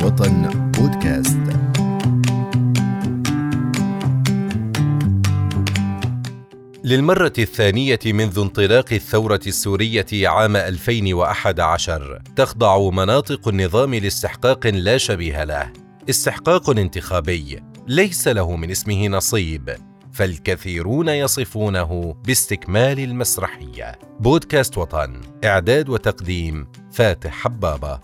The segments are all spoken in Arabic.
وطن بودكاست. للمرة الثانية منذ انطلاق الثورة السورية عام 2011 تخضع مناطق النظام لاستحقاق لا شبيه له، استحقاق انتخابي ليس له من اسمه نصيب، فالكثيرون يصفونه باستكمال المسرحية. بودكاست وطن، إعداد وتقديم فاتح حبابة.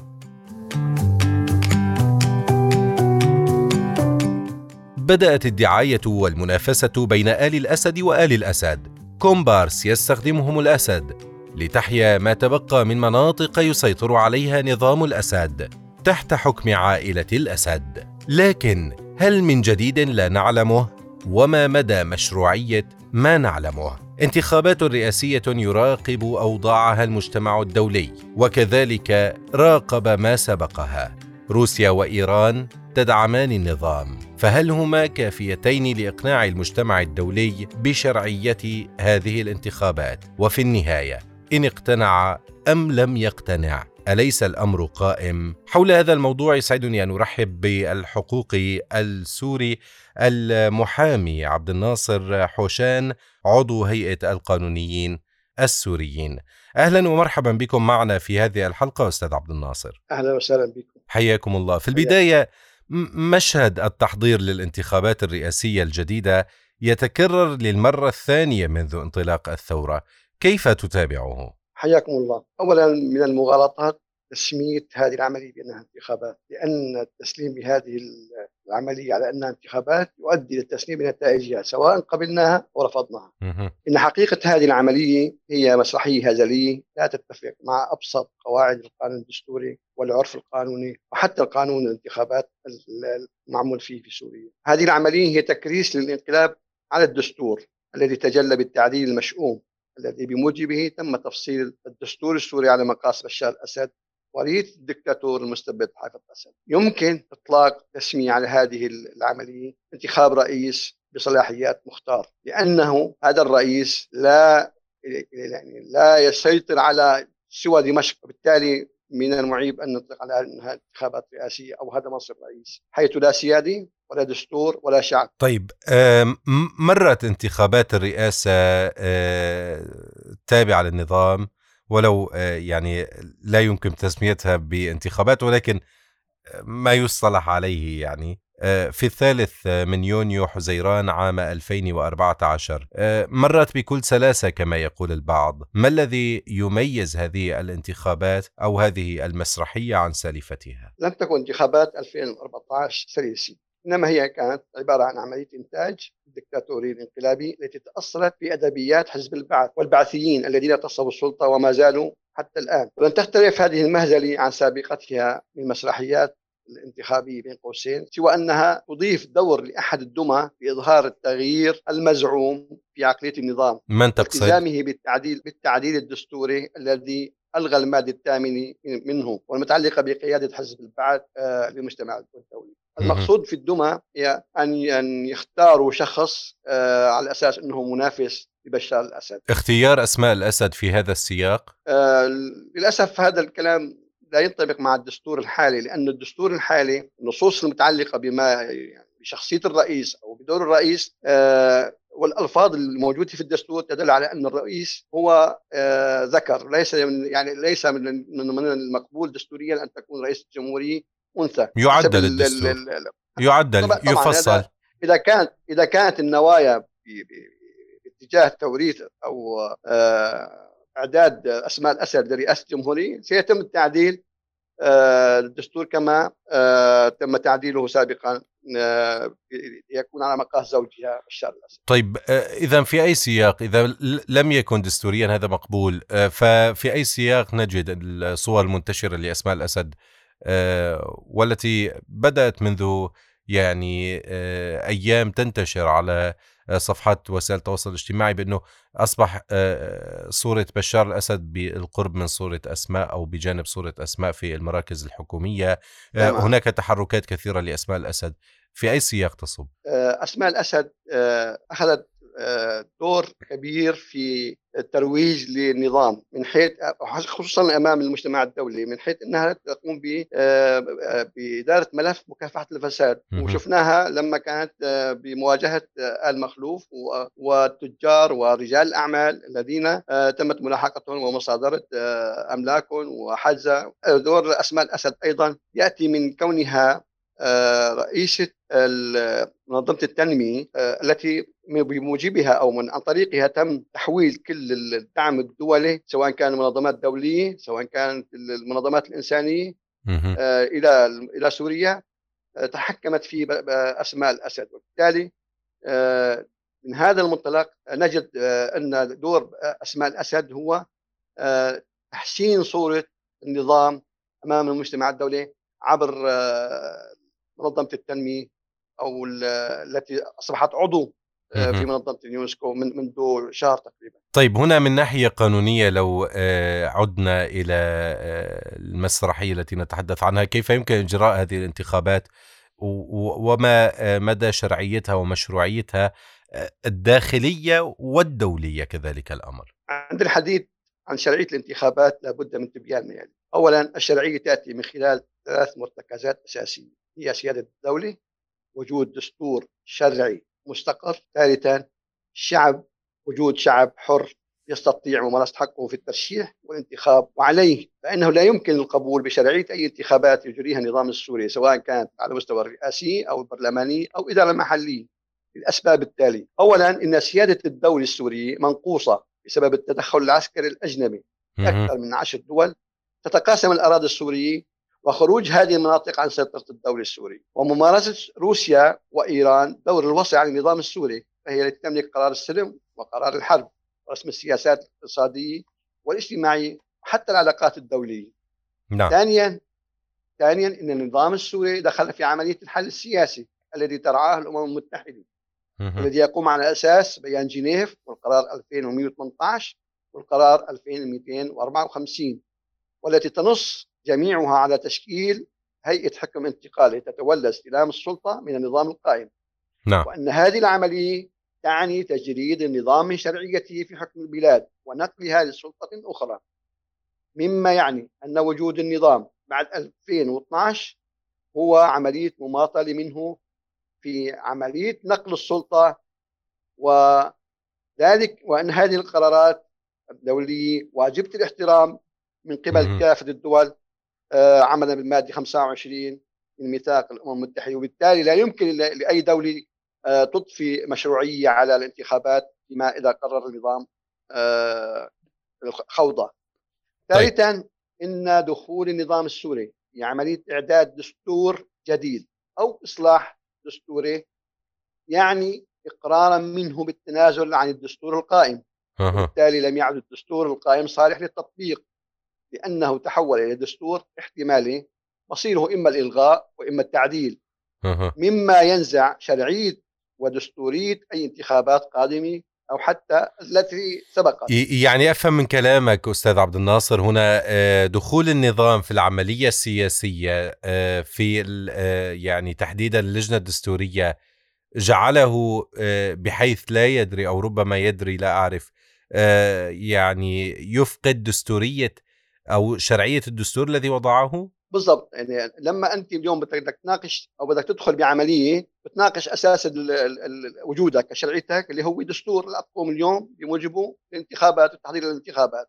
بدأت الدعاية والمنافسة بين آل الأسد وآل الأسد، كومبارس يستخدمهم الأسد لتحيا ما تبقى من مناطق يسيطر عليها نظام الأسد تحت حكم عائلة الأسد. لكن هل من جديد لا نعلمه؟ وما مدى مشروعية ما نعلمه؟ انتخابات رئاسية يراقب أوضاعها المجتمع الدولي، وكذلك راقب ما سبقها. روسيا وإيران تدعمان النظام، فهل هما كافيتين لإقناع المجتمع الدولي بشرعية هذه الانتخابات؟ وفي النهاية إن اقتنع أم لم يقتنع، أليس الأمر قائم؟ حول هذا الموضوع يسعدني أن أرحب بالحقوقي السوري المحامي عبد الناصر حوشان، عضو هيئة القانونيين السوريين. أهلا ومرحبا بكم معنا في هذه الحلقة أستاذ عبد الناصر. أهلا وسهلا بكم. حياكم الله. في البداية، مشهد التحضير للانتخابات الرئاسية الجديدة يتكرر للمرة الثانية منذ انطلاق الثورة، كيف تتابعه؟ حياكم الله. أولا، من المغالطات تسمية هذه العملية بأنها انتخابات، لأن التسليم بهذه العملية على أنها انتخابات يؤدي للتسليم بنتائجها سواء قبلناها أو رفضناها. إن حقيقة هذه العملية هي مسرحية هزلية لا تتفق مع أبسط قواعد القانون الدستوري والعرف القانوني وحتى القانون الانتخابات المعمول فيه في سوريا. هذه العملية هي تكريس للانقلاب على الدستور الذي تجلى بالتعديل المشؤوم الذي بموجبه تم تفصيل الدستور السوري على مقاس بشار الأسد وريث الدكتاتور المستبد حافظ الأسد. يمكن إطلاق تسمية على هذه العملية انتخاب رئيس بصلاحيات مختار، لأنه هذا الرئيس لا يسيطر على سوى دمشق، وبالتالي من المعيب أن نطلق على أنها انتخابات رئاسية أو هذا منصب رئيس، حيث لا سيادي ولا دستور ولا شعب. طيب، مرت انتخابات الرئاسة تابعة للنظام، ولو يعني لا يمكن تسميتها بانتخابات، ولكن ما يصطلح عليه يعني في 3 من يونيو حزيران عام 2014 مرت بكل سلاسة كما يقول البعض. ما الذي يميز هذه الانتخابات أو هذه المسرحية عن سالفتها؟ لم تكن انتخابات 2014 سلسة، إنما هي كانت عبارة عن عملية إنتاج الدكتاتوري الانقلابي التي تأصلت في أدبيات حزب البعث والبعثيين الذين تصبوا السلطة وما زالوا حتى الآن. ولن تختلف هذه المهزلة عن سابقتها من مسرحيات الانتخابية بين قوسين، سوى أنها تضيف دور لأحد الدمى بإظهار التغيير المزعوم في عقلية النظام، من تقصد؟ التزامه بالتعديل الدستوري الذي ألغى المادة 8 منه والمتعلقة بقيادة حزب البعث للمجتمع الدولي. المقصود في الدمى هي أن يختاروا شخص على أساس أنه منافس لبشار الأسد. اختيار أسماء الأسد في هذا السياق؟ للأسف هذا الكلام لا ينطبق مع الدستور الحالي، لأن الدستور الحالي النصوص المتعلقة بشخصية الرئيس أو بدور الرئيس والألفاظ الموجودة في الدستور تدل على أن الرئيس هو ذكر، ليس من المقبول دستوريا أن تكون رئيس الجمهورية أنثى. يعدل الدستور، يعدل، يفصل. إذا كانت النوايا باتجاه توريث أو إعداد أسماء الأسد لرئاسة الجمهورية، سيتم التعديل الدستور كما تم تعديله سابقا يكون على مقاس زوجها بشار الأسد. طيب، إذا في أي سياق، إذا لم يكن دستوريا هذا مقبول، ففي أي سياق نجد الصور المنتشرة لأسماء الأسد والتي بدأت منذ يعني أيام تنتشر على صفحات وسائل التواصل الاجتماعي بأنه أصبح صورة بشار الأسد بالقرب من صورة أسماء أو بجانب صورة أسماء في المراكز الحكومية. هناك تحركات كثيرة لأسماء الأسد. في أي سياق تصب؟ أسماء الأسد أخذت دور كبير في الترويج للنظام من حيث خصوصا امام المجتمع الدولي، من حيث انها تقوم باداره ملف مكافحه الفساد، وشفناها لما كانت بمواجهه آل مخلوف والتجار ورجال الاعمال الذين تمت ملاحقتهم ومصادره املاكهم وحجزها. دور اسماء الاسد ايضا ياتي من كونها رئيسة منظمة التنمية التي بموجبها أو عن طريقها تم تحويل كل الدعم الدولي، سواء كان منظمات دولية سواء كانت المنظمات الإنسانية إلى سوريا، تحكمت في أسماء الأسد. وبالتالي من هذا المنطلق نجد أن دور أسماء الأسد هو تحسين صورة النظام أمام المجتمع الدولي عبر منظمة التنمية أو التي أصبحت عضو في منظمة اليونسكو منذ شهر تقريبا. طيب، هنا من ناحية قانونية لو عدنا إلى المسرحية التي نتحدث عنها، كيف يمكن إجراء هذه الانتخابات وما مدى شرعيتها ومشروعيتها الداخلية والدولية كذلك الأمر؟ عند الحديث عن شرعية الانتخابات لابد من تبيان يعني. أولا، الشرعية تأتي من خلال 3 مرتكزات أساسية، هي سيادة الدولة، وجود دستور شرعي مستقر، ثالثا الشعب، وجود شعب حر يستطيع ممارسة حقه في الترشيح والانتخاب، وعليه فإنه لا يمكن القبول بشرعية أي انتخابات يجريها النظام السوري سواء كانت على مستوى الرئاسي أو البرلماني أو إدارة محلية، للأسباب التالية. أولا، إن سيادة الدولة السورية منقوصة بسبب التدخل العسكري الأجنبي في أكثر من 10 دول تتقاسم الأراضي السورية، وخروج هذه المناطق عن سيطرة الدولة السورية، وممارسة روسيا وإيران دور الوصي على النظام السوري، فهي التي تملك قرار السلم وقرار الحرب ورسم السياسات الاقتصادية والاجتماعية وحتى العلاقات الدولية. نعم. ثانيا إن النظام السوري دخل في عملية الحل السياسي الذي ترعاه الأمم المتحدة، والذي يقوم على أساس بيان جنيف والقرار 2118 والقرار 2254، والتي تنص جميعها على تشكيل هيئة حكم انتقالي تتولى استلام السلطة من النظام القائم. نعم. وأن هذه العملية تعني تجريد النظام من شرعيته في حكم البلاد ونقلها لسلطة أخرى، مما يعني أن وجود النظام بعد 2012 هو عملية مماطلة منه في عملية نقل السلطة، وأن هذه القرارات الدولية واجبة الاحترام من قبل كافة الدول عملا بالمادة 25 من ميثاق الأمم المتحدة، وبالتالي لا يمكن لأي دولة تضفي مشروعية على الانتخابات فيما إذا قرر النظام الخوضة. ثالثا، إن دخول النظام السوري في عملية إعداد دستور جديد أو إصلاح دستوري يعني إقرارا منه بالتنازل عن الدستور القائم، وبالتالي لم يعد الدستور القائم صالح للتطبيق، لأنه تحول إلى دستور احتمالي مصيره إما الإلغاء وإما التعديل، مما ينزع شرعية ودستورية أي انتخابات قادمة أو حتى التي سبقت. يعني أفهم من كلامك أستاذ عبد الناصر هنا دخول النظام في العملية السياسية في يعني تحديدا اللجنة الدستورية جعله بحيث لا يدري أو ربما يدري، لا أعرف، يعني يفقد دستورية أو شرعية الدستور الذي وضعه. بالضبط. يعني لما أنت اليوم بدك تناقش أو بدك تدخل بعملية بتناقش أساس وجودك كشرعيتك اللي هو دستور الأقوم اليوم بموجبه الانتخابات وتحضير الانتخابات.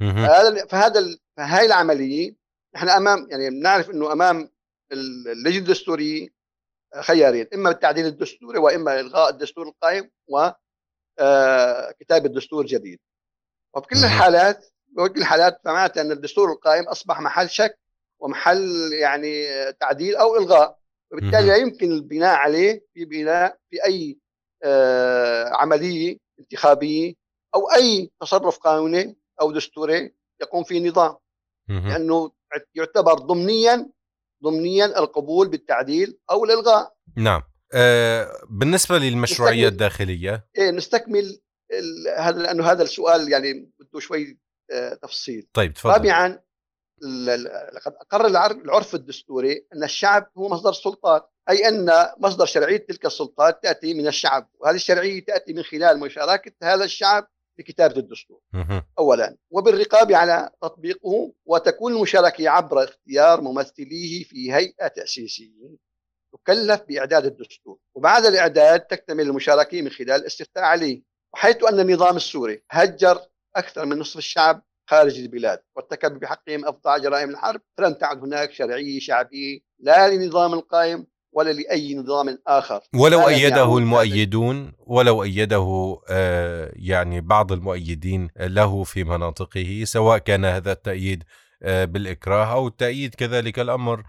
فهذه العملية نحن أمام، يعني بنعرف إنه أمام اللجنة الدستورية خيارين، إما التعديل الدستوري وإما إلغاء الدستور القائم وكتابة دستور جديد. وفي كل الحالات فمعناته أن الدستور القائم أصبح محل شك ومحل يعني تعديل أو إلغاء، وبالتالي لا يمكن البناء عليه في أي عملية انتخابية أو أي تصرف قانوني أو دستوري يقوم فيه النظام، لأنه يعتبر ضمنيا القبول بالتعديل أو الإلغاء. نعم. بالنسبة للمشروعية الداخلية نستكمل هذا، لأنه هذا السؤال يعني بده شوي تفصيل. طيب تفضل. رابعا، لقد أقر العرف الدستوري أن الشعب هو مصدر السلطات، أي أن مصدر شرعية تلك السلطات تأتي من الشعب، وهذه الشرعية تأتي من خلال مشاركة هذا الشعب في كتابة الدستور أولا، وبالرقابة على تطبيقه، وتكون المشاركة عبر اختيار ممثليه في هيئة تأسيسية تكلف بإعداد الدستور، وبعد الإعداد تكتمل المشاركة من خلال الاستفتاء عليه. وحيث أن النظام السوري هجر أكثر من نصف الشعب خارج البلاد وارتكب بحقهم أفظع جرائم الحرب، فلم تعد هناك شرعية شعبية لا لنظام القائم ولا لأي نظام آخر. ولو أيده المؤيدون، ولو أيده يعني بعض المؤيدين له في مناطقه، سواء كان هذا التأييد بالإكراه أو التأييد كذلك الأمر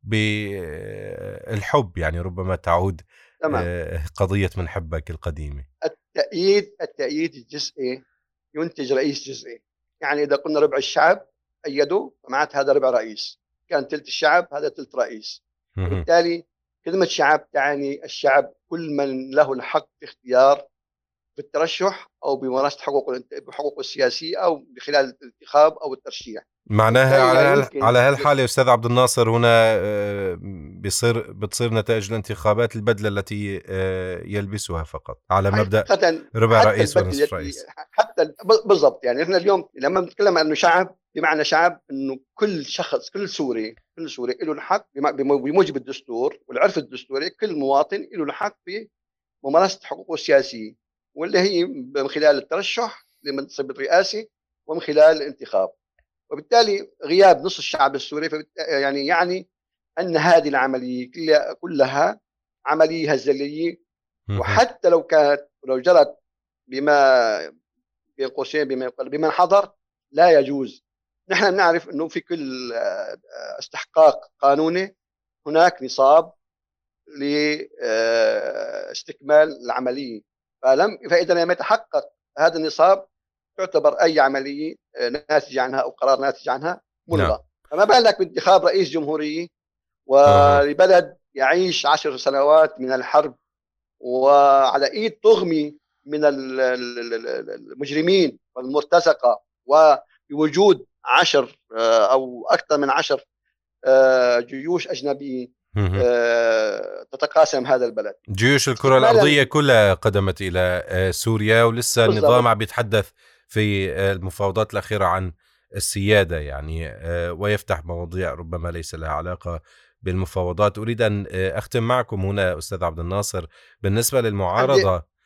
بالحب، يعني ربما تعود قضية من حبك القديمة. التأييد الجزئي ينتج رئيس جزئي، يعني إذا قلنا ربع الشعب أيده فمعنات هذا ربع رئيس، كان ثلث الشعب هذا ثلث رئيس. وبالتالي كلمة شعب تعني الشعب كل من له الحق في اختيار بالترشح أو بممارسة حقوقه السياسية أو بخلال الانتخاب أو الترشيح. معناها على هالحالة أستاذ عبد الناصر هنا بتصير نتائج الانتخابات البدلة التي يلبسها فقط على مبدأ ربع رئيس ونصف رئيس. حتى بالضبط، يعني احنا اليوم لما بنتكلم عن شعب بمعنى شعب انه كل شخص، كل سوري له الحق بموجب الدستور والعرف الدستوري، كل مواطن له الحق في ممارسة حقوقه السياسية، واللي هي من خلال الترشح لمنصب الرئاسي ومن خلال الانتخاب. وبالتالي غياب نصف الشعب السوري يعني أن هذه العملية كلها عملية هزلية، وحتى لو جرت بما بين قوسين بمن حضر لا يجوز. نحن نعرف أنه في كل استحقاق قانوني هناك نصاب لاستكمال العملية، فإذا لم يتحقق هذا النصاب تعتبر أي عملية ناتج عنها أو قرار ناتج عنها ملغى. فما بالك بانتخاب رئيس جمهورية ولبلد يعيش 10 سنوات من الحرب وعلى إيد طغمي من المجرمين والمرتزقة، وبوجود 10 أو أكثر من 10 جيوش أجنبية تتقاسم هذا البلد. جيوش الكرة الأرضية كلها قدمت إلى سوريا، ولسه النظام عم بيتحدث في المفاوضات الأخيرة عن السيادة يعني، ويفتح مواضيع ربما ليس لها علاقة بالمفاوضات. أريد أن أختم معكم هنا أستاذ عبد الناصر بالنسبة للمعارضة.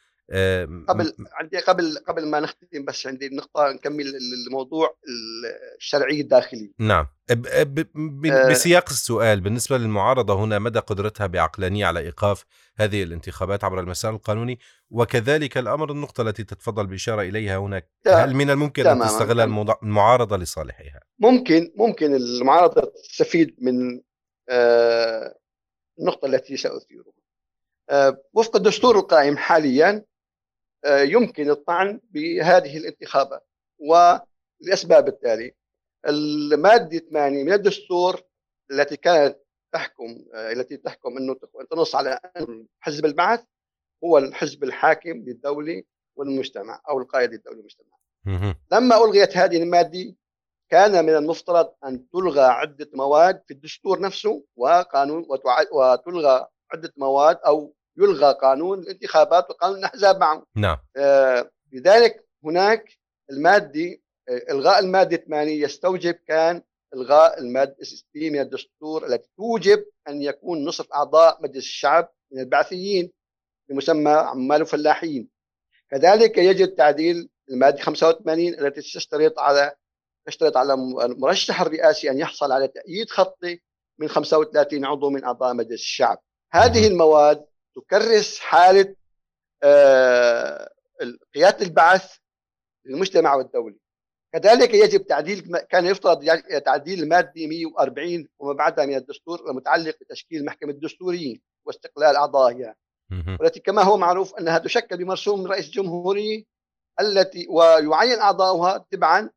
قبل ما نختم بس عندي نقطة نكمل الموضوع الشرعي الداخلي. نعم، بسياق السؤال بالنسبة للمعارضة هنا، مدى قدرتها بعقلانية على إيقاف هذه الانتخابات عبر المسار القانوني؟ وكذلك الأمر النقطة التي تتفضل بإشارة إليها هناك، هل من الممكن أن تستغل المعارضة لصالحها؟ ممكن المعارضة تستفيد من النقطة التي سأثيرها. وفق الدستور القائم حاليا يمكن الطعن بهذه الانتخابات، والأسباب التالية: المادة 8 من الدستور التي كانت تحكم أنه تنص على أن حزب البعث هو الحزب الحاكم للدولة والمجتمع أو القائد للدولة والمجتمع. لما ألغيت هذه المادة كان من المفترض أن تلغى عدة مواد في الدستور نفسه وقانون، وتلغى عدة مواد أو يلغى قانون الانتخابات وقانون الأحزاب معه. نعم. لذلك هناك إلغاء المادة 8 يستوجب كان إلغاء المادة 60 من الدستور التي توجب أن يكون نصف أعضاء مجلس الشعب من البعثيين بمسمى عمال وفلاحين. كذلك يجب تعديل المادة 85 التي تشترط على المرشح الرئاسي أن يحصل على تأييد خطي من 35 عضو من أعضاء مجلس الشعب. هذه المواد تكرس حالة قيادة البعث للمجتمع والدولة. كذلك يجب كان يفترض تعديل المادة 140 وما بعدها من الدستور المتعلق بتشكيل محكمة الدستورية واستقلال أعضائها، والتي كما هو معروف أنها تشكل بمرسوم رئيس الجمهورية ويعين أعضاؤها تبعا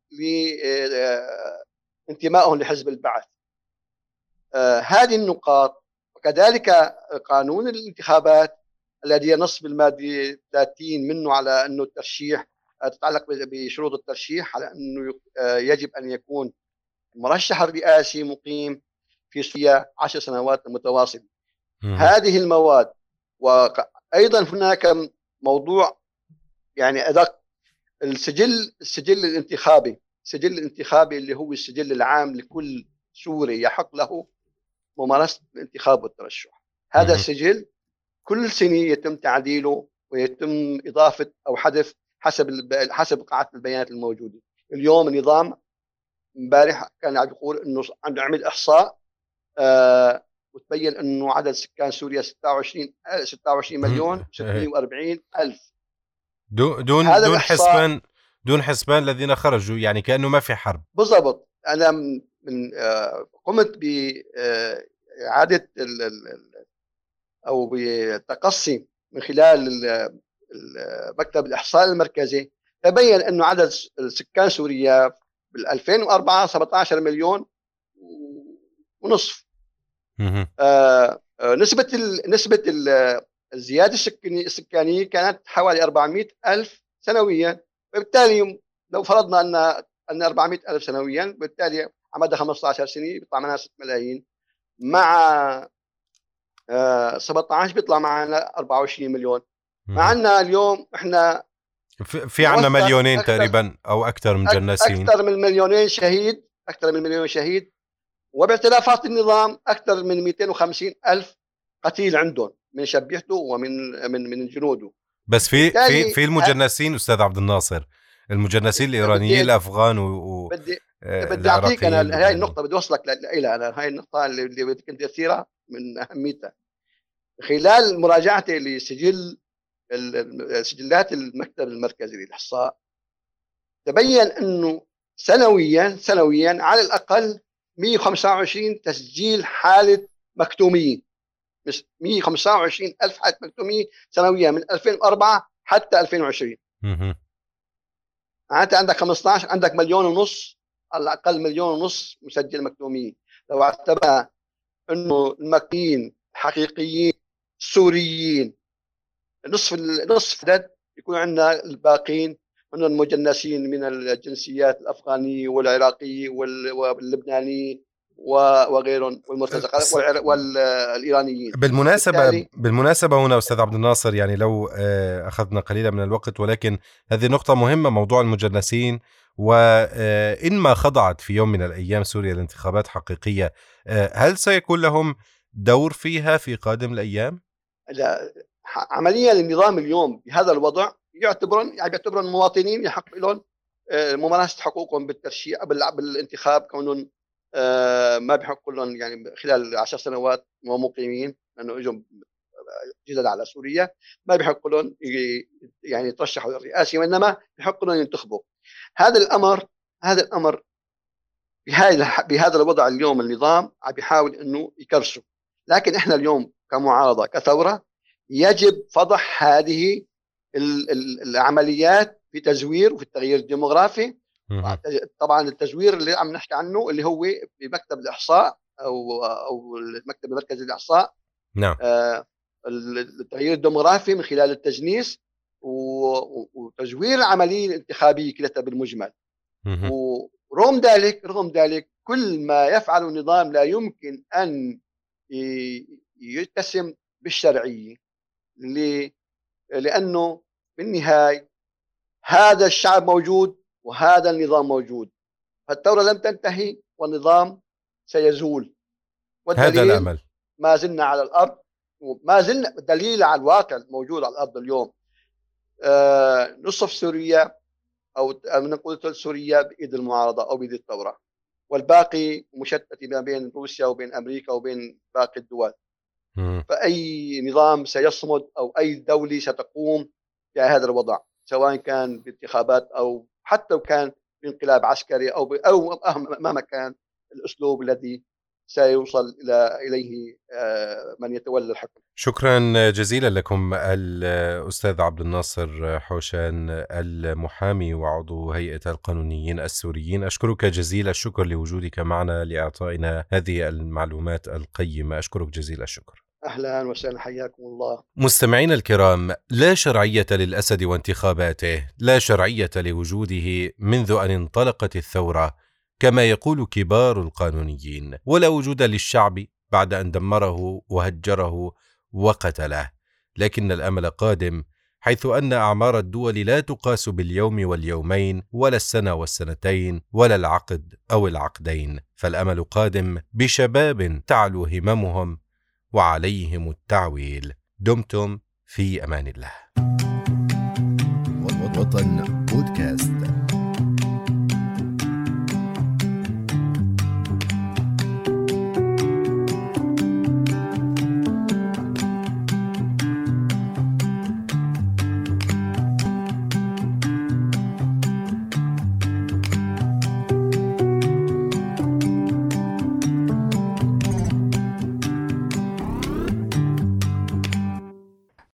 لانتمائهم لحزب البعث. هذه النقاط، وكذلك قانون الانتخابات الذي ينص بالمادة 30 منه على أنه الترشيح تتعلق بشروط الترشيح على أنه يجب أن يكون المرشح الرئاسي مقيم في سوريا 10 سنوات متواصلة. هذه المواد. وأيضا هناك موضوع يعني أدق، السجل الانتخابي اللي هو السجل العام لكل سوري يحق له ممارسة الانتخاب والترشح. هذا السجل كل سنة يتم تعديله ويتم إضافة أو حذف حسب قاعدة البيانات الموجودة. اليوم النظام امبارح كان عم يقول انه عنده عمل احصاء وتبين انه عدد سكان سوريا 26 مليون 640 الف. دون حسبان الذين خرجوا، يعني كأنه ما في حرب. بالضبط. انا من قمت بإعادة او بتقصي من خلال مكتب الإحصاء المركزي، تبين انه عدد السكان سوريا بال 2004 17 مليون ونصف. نسبة الزيادة السكانية كانت حوالي 400 ألف سنويا. وبالتالي لو فرضنا أن 400 ألف سنويا، بالتالي على مدى 15 سنة بيطلع معنا 6 ملايين، مع 17 بيطلع معنا 24 مليون. معنا اليوم احنا في عنا مليونين تقريبا او اكثر من جناسين، اكثر من مليونين شهيد، وباعترافات النظام اكثر من 250 الف قتيل عندهم من شبيحته ومن جنوده. بس في المجنسين استاذ عبد الناصر، المجنسين الايرانيين الافغان بدي اعطيك انا هاي النقطه، بدي اوصلك لها. انا هاي النقطه اللي بدك انت تثيرها من اهميتها. خلال مراجعتي سجلات المكتب المركزي للإحصاء، تبين أنه سنويا على الأقل 125 تسجيل حالة مكتومية، 125 ألف حالة مكتومية سنويا من 2004 حتى 2020. أنت عندك 15، عندك 1.5 مليون، على الأقل 1.5 مليون مسجل مكتومية. لو اعتبرنا أنه المكتومين حقيقيين سوريين نصف عدد، يكون عندنا الباقين من المجنسين من الجنسيات الأفغانية والعراقية واللبنانية وغيرهم والمرتزقة والإيرانيين. بالمناسبة هنا أستاذ عبد الناصر، يعني لو أخذنا قليلا من الوقت، ولكن هذه نقطة مهمة، موضوع المجنسين. وإن ما خضعت في يوم من الأيام سوريا لانتخابات حقيقية، هل سيكون لهم دور فيها في قادم الأيام؟ لا، عمليا النظام اليوم بهذا الوضع يعتبرون مواطنين يحق لهم ممارسة حقوقهم بالترشيح بالانتخاب، كونهم ما بيحق لهم يعني خلال 10 سنوات ومقيمين، لأنه اجوا جدد على سوريا، ما بيحق لهم يعني يترشحوا للرئاسة، وإنما بيحق لهم ينتخبوا. هذا الأمر بهذا الوضع اليوم النظام عم بيحاول إنه يكرسه. لكن إحنا اليوم كمعارضة كثورة يجب فضح هذه العمليات في تزوير وفي التغيير الديموغرافي. طبعا التزوير اللي عم نحكي عنه اللي هو بمكتب الإحصاء أو المكتب المركزي للإحصاء. نعم. التغيير الديموغرافي من خلال التجنيس وتزوير العملية الانتخابية كلها بالمجمل. ورغم ذلك كل ما يفعله النظام لا يمكن أن يتسم بالشرعية، لأنه بالنهاية هذا الشعب موجود وهذا النظام موجود. فالثورة لم تنتهي والنظام سيزول، هذا الأمل. ما زلنا على الأرض، وما زلنا دليل على الواقع الموجود على الأرض اليوم. نصف سوريا أو نقول ثلث سوريا بإيد المعارضة أو بإيد الثورة، والباقي مشتت ما بين روسيا وبين أمريكا وبين باقي الدول. فأي نظام سيصمد أو أي دولة ستقوم في هذا الوضع، سواء كان بانتخابات أو حتى كان بانقلاب عسكري أو مهما كان الأسلوب الذي سيوصل إليه من يتولى الحكم. شكرا جزيلا لكم الأستاذ عبد الناصر حوشان، المحامي وعضو هيئة القانونيين السوريين. أشكرك جزيل الشكر لوجودك معنا لإعطائنا هذه المعلومات القيمة. أشكرك جزيل الشكر. أهلا وسهلا، حياكم الله. مستمعينا الكرام، لا شرعية للأسد وانتخاباته، لا شرعية لوجوده منذ أن انطلقت الثورة كما يقول كبار القانونيين، ولا وجود للشعب بعد أن دمره وهجره وقتله. لكن الأمل قادم، حيث أن أعمار الدول لا تقاس باليوم واليومين، ولا السنة والسنتين، ولا العقد أو العقدين، فالأمل قادم بشباب تعلو هممهم وعليهم التعويل. دمتم في أمان الله. وطن